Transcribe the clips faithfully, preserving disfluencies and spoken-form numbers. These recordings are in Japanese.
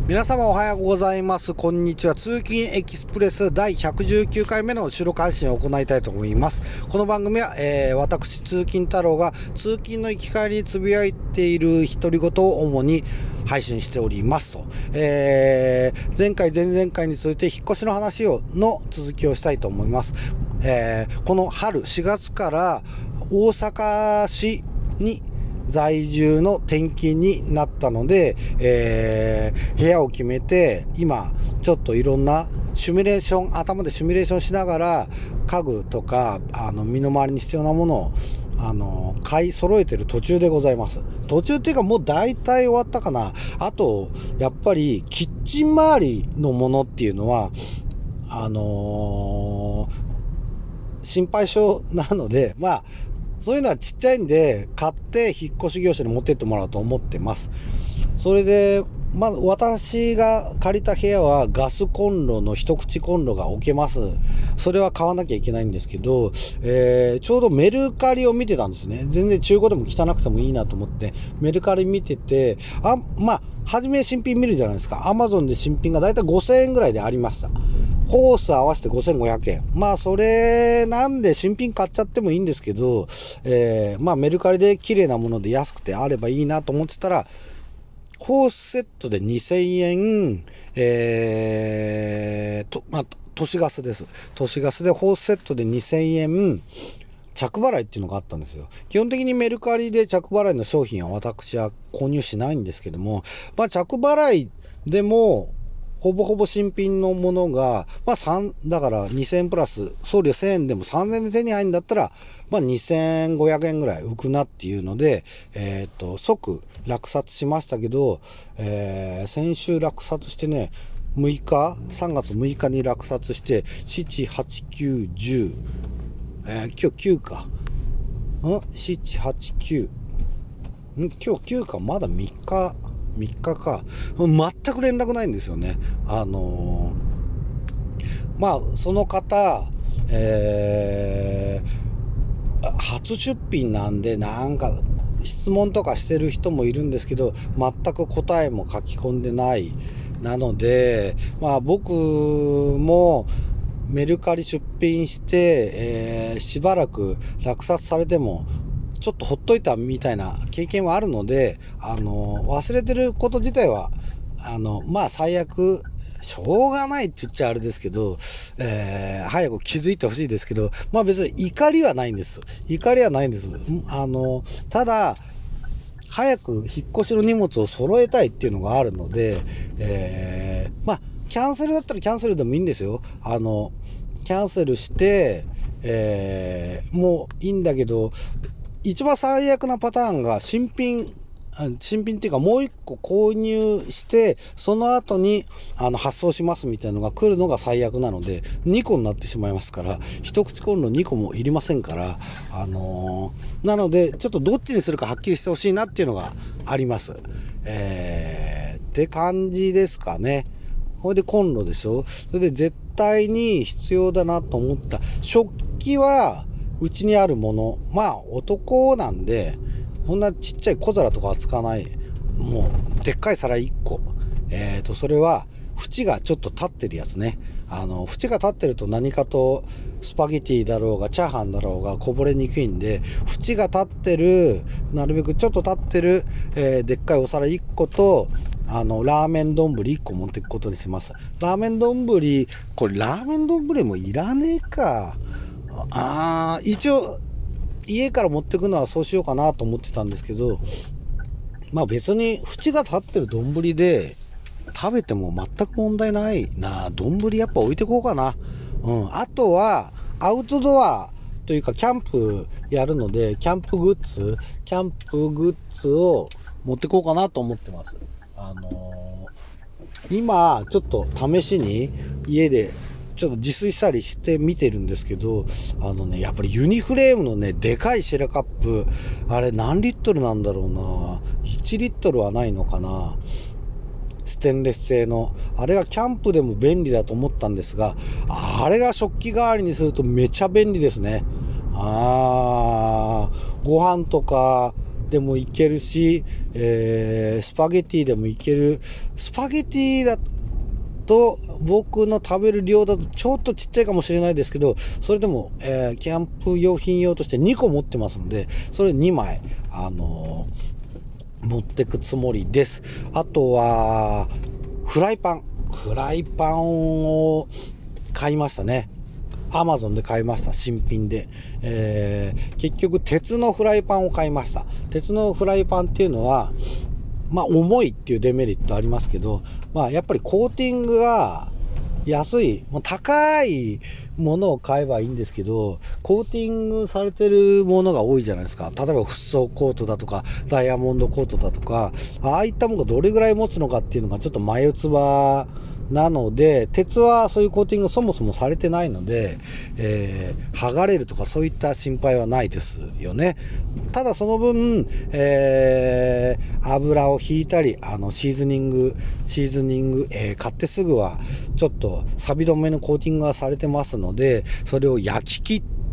皆様おはようございます。こんにちは。通勤エキスプレスだいひゃくじゅうきゅうかいめの収録配信を行いたいと思います。この番組は、えー、私通勤太郎が通勤の行き帰りにつぶやいている独り言を主に配信しておりますと、えー、前回前々回に続いて引っ越しの話をの続きをしたいと思います。えー、この春しがつから大阪市に在住の転勤になったので、えー、部屋を決めて今ちょっといろんなシミュレーション頭でシミュレーションしながら家具とかあの身の回りに必要なものをあの買い揃えてる途中でございます。途中っていうかもう大体終わったかな。あとやっぱりキッチン周りのものっていうのはあのー、心配性なのでまあそういうのはちっちゃいんで買って引っ越し業者に持ってってもらおうと思ってます。それでまず私が借りた部屋はガスコンロの一口コンロが置けます。それは買わなきゃいけないんですけど、えー、ちょうどメルカリを見てたんですね。全然中古でも汚くてもいいなと思ってメルカリ見てて、あまあ初め新品見るじゃないですか。アマゾンで新品がだいたいごせんえんぐらいでありました。ホース合わせてごせんごひゃくえん。まあそれなんで新品買っちゃってもいいんですけど、えー、まあメルカリで綺麗なもので安くてあればいいなと思ってたら、ホースセットでにせんえん、えーと、まあ都市ガスです。都市ガスでホースセットでにせんえん、着払いっていうのがあったんですよ。基本的にメルカリで着払いの商品は私は購入しないんですけども、まあ着払いでもほぼほぼ新品のものが、まあさん、だからにせんえんプラス、送料せんえんでもさんぜんえんで手に入るんだったら、まあにせんごひゃくえんぐらい浮くなっていうので、えっと、即落札しましたけど、えー、先週落札してね、むいか、さんがつむいかに落札して、なな、はち、きゅう、じゅう、えー、今日きゅうか。ん ?なな、はち、きゅう。ん今日きゅうか、まだみっか。みっかか。全く連絡ないんですよね。あのー、まあ、その方、えー、初出品なんで、なんか、質問とかしてる人もいるんですけど、全く答えも書き込んでない。なので、まあ、僕も、メルカリ出品して、えー、しばらく落札されても、ちょっとほっといたみたいな経験はあるので、あの忘れてること自体はあのまあ最悪しょうがないって言っちゃあれですけど、えー、早く気づいてほしいですけど、まあ別に怒りはないんです。怒りはないんです。あのただ早く引っ越しの荷物を揃えたいっていうのがあるので、えー、まあキャンセルだったらキャンセルでもいいんですよ。あのキャンセルして、えー、もういいんだけど、一番最悪なパターンが新品、新品っていうかもう一個購入して、その後にあの発送しますみたいなのが来るのが最悪なので、にこになってしまいますから、一口コンロにこもいりませんから、あのー、なので、ちょっとどっちにするかはっきりしてほしいなっていうのがあります。えー、って感じですかね。これでコンロでしょ。それで絶対に必要だなと思った食器は、うちにあるもの、まあ男なんでこんなちっちゃい小皿とかは使わない。もうでっかい皿いっこ、えーとそれは縁がちょっと立ってるやつね。あの縁が立ってると何かとスパゲティだろうがチャーハンだろうがこぼれにくいんで、縁が立ってる、なるべくちょっと立ってる、えー、でっかいお皿いっことあのラーメン丼いっこ持っていくことにします。ラーメン丼、これラーメン丼もいらねえか。あー一応家から持ってくのはそうしようかなと思ってたんですけど、まあ別に縁が立ってる丼で食べても全く問題ないな。丼やっぱ置いてこうかな。うん。あとはアウトドアというかキャンプやるので、キャンプグッズキャンプグッズを持ってこうかなと思ってます。あのー、今ちょっと試しに家でちょっと自炊したりして見てるんですけど、あのね、やっぱりユニフレームのね、でかいシェラカップ、あれ何リットルなんだろうな。いちリットルはないのかな。ステンレス製の。あれがキャンプでも便利だと思ったんですが、あれが食器代わりにするとめちゃ便利ですね。あー、ご飯とかでもいけるし、えースパゲティでもいける。スパゲティだと僕の食べる量だとちょっとちっちゃいかもしれないですけど、それでも、えーキャンプ用品用としてにこ持ってますので、それにまい、あのー持ってくつもりです。あとはフライパンフライパンを買いましたね。アマゾンで買いました。新品で、えー結局鉄のフライパンを買いました。鉄のフライパンっていうのは、まあ重いっていうデメリットありますけど、まあやっぱりコーティングが安い、もう高いものを買えばいいんですけど、コーティングされてるものが多いじゃないですか。例えばフッ素コートだとかダイヤモンドコートだとか、ああいったものがどれぐらい持つのかっていうのがちょっと前つばなので、鉄はそういうコーティングそもそもされてないので、えー剥がれるとかそういった心配はないですよね。ただその分、えー油を引いたり、あのシーズニングシーズニング、えー買ってすぐはちょっと錆止めのコーティングがされてますので、それを焼き切って、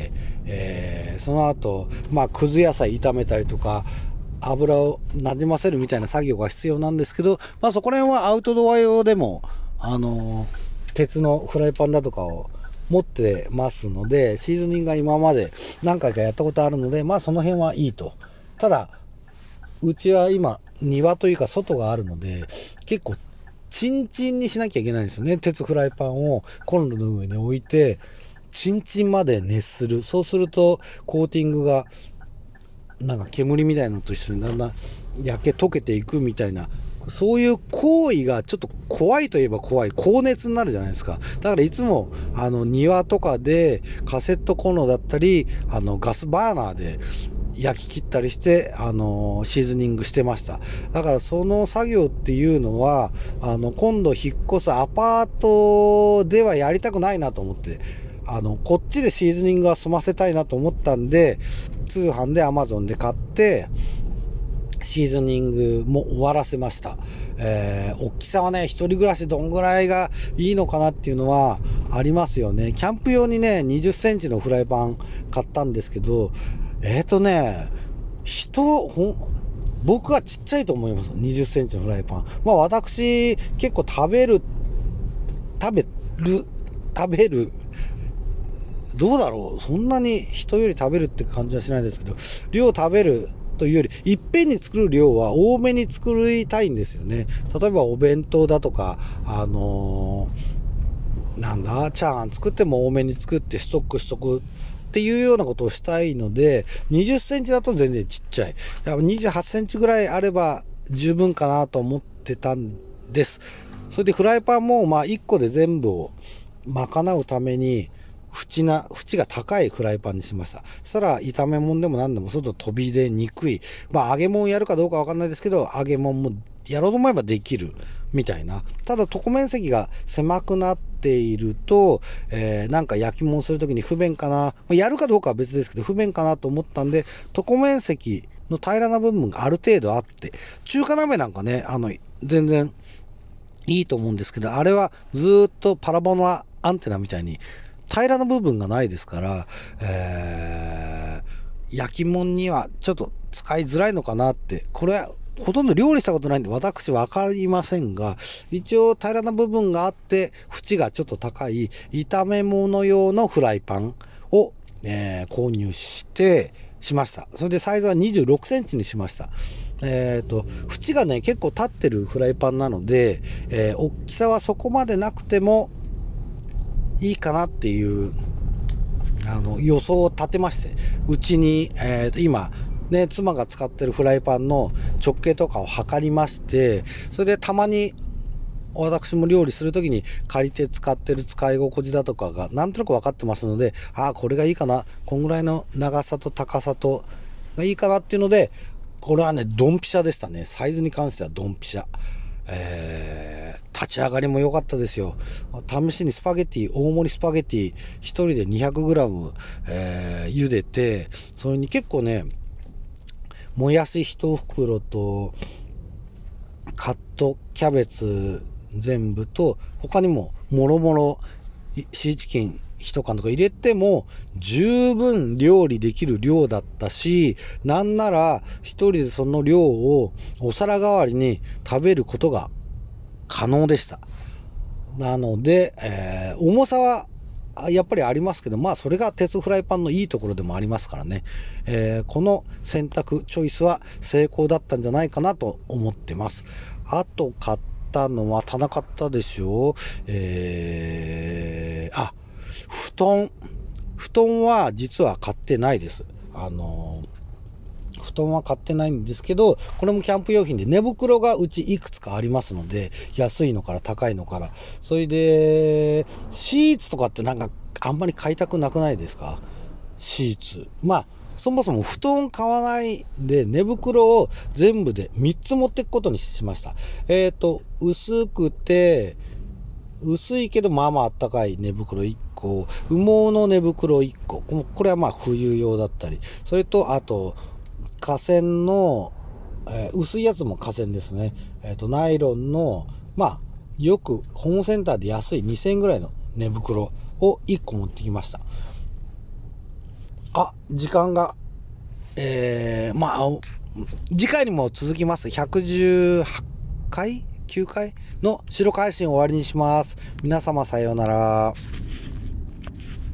えーその後、まあくず野菜炒めたりとか、油をなじませるみたいな作業が必要なんですけど、まあそこら辺はアウトドア用でも、あのー鉄のフライパンだとかを持ってますので、シーズニングが今まで何回かやったことあるので、まあその辺はいいと。ただ、うちは今、庭というか外があるので、結構、チンチンにしなきゃいけないんですよね。鉄フライパンをコンロの上に置いて、チンチンまで熱する。そうすると、コーティングが、なんか煙みたいなのと一緒にだんだん焼け溶けていくみたいな、そういう行為がちょっと怖いといえば怖い、高熱になるじゃないですか。だからいつもあの庭とかでカセットコンロだったり、あのガスバーナーで焼き切ったりして、あのシーズニングしてました。だからその作業っていうのは、あの今度引っ越すアパートではやりたくないなと思って、あのこっちでシーズニングは済ませたいなと思ったんで、通販で Amazon で買ってシーズニングも終わらせました。えー、大きさはね、一人暮らしどんぐらいがいいのかなっていうのはありますよね。キャンプ用にね、にじゅっセンチのフライパン買ったんですけど、えーとね、人、ほん僕はちっちゃいと思います。にじゅっセンチのフライパン。まあ私、結構食べる、食べる、食べる、どうだろう、そんなに人より食べるって感じはしないですけど、量食べるというより、いっぺんに作る量は多めに作りたいんですよね。例えばお弁当だとか、あのーなんだ、チャーハン作っても多めに作ってストックしとくっていうようなことをしたいので、にじゅっセンチだと全然ちっちゃい。やっぱにじゅうはちセンチぐらいあれば十分かなと思ってたんです。それでフライパンもまあいっこで全部を賄うために、縁な、縁が高いフライパンにしました。そしたら炒め物でも何でも外飛び出にくい。まあ揚げ物やるかどうかわかんないですけど、揚げ物もやろうと思えばできるみたいな。ただ床面積が狭くなっていると、えーなんか焼き物するときに不便かな。やるかどうかは別ですけど、不便かなと思ったんで、床面積の平らな部分がある程度あって、中華鍋なんかね、あの、全然いいと思うんですけど、あれはずーっとパラボラアンテナみたいに平らな部分がないですから、えー焼き物にはちょっと使いづらいのかなって、これはほとんど料理したことないんで私分かりませんが、一応平らな部分があって、縁がちょっと高い炒め物用のフライパンを、えー購入してしました。それでサイズはにじゅうろくセンチにしました。えーと、縁がね、結構立ってるフライパンなので、えー大きさはそこまでなくてもいいかなっていうあの予想を立てまして、うちに、えーと今、ね、妻が使ってるフライパンの直径とかを測りまして、それでたまに私も料理するときに借りて使ってる使い心地だとかがなんとなく分かってますので、ああ、これがいいかな、こんぐらいの長さと高さとがいいかなっていうので、これはね、ドンピシャでしたね。サイズに関してはドンピシャ。えー立ち上がりも良かったですよ。試しにスパゲティ、大盛りスパゲティ、一人で にひゃくグラム、えー茹でて、それに結構ね、もやし一袋と、カットキャベツ全部と、他にももろもろシーチキン一缶とか入れても十分料理できる量だったし、なんなら一人でその量をお皿代わりに食べることが可能でした。なので、えー重さはやっぱりありますけど、まあそれが鉄フライパンのいいところでもありますからね、えーこの選択チョイスは成功だったんじゃないかなと思ってます。あと買ったのは棚買ったでしょ。えー、あ、布団。布団は実は買ってないです。あの布団は買ってないんですけど、これもキャンプ用品で寝袋がうちいくつかありますので、安いのから高いのから。それで、シーツとかってなんかあんまり買いたくなくないですか？シーツ。まあ、そもそも布団買わないで寝袋を全部でみっつ持っていくことにしました。えっと、薄くて、薄いけどまあまああったかい寝袋いっこ、羽毛の寝袋いっこ、ここれはまあ冬用だったり、それとあと河川の、えー薄いやつも河川ですね、えっとナイロンの、まあよくホームセンターで安いにせんえんぐらいの寝袋をいっこ持ってきました。あ、時間が、えー、まあ次回にも続きます。ひゃくじゅうはちかいきゅうかいの白配信を終わりにします。皆様さようなら。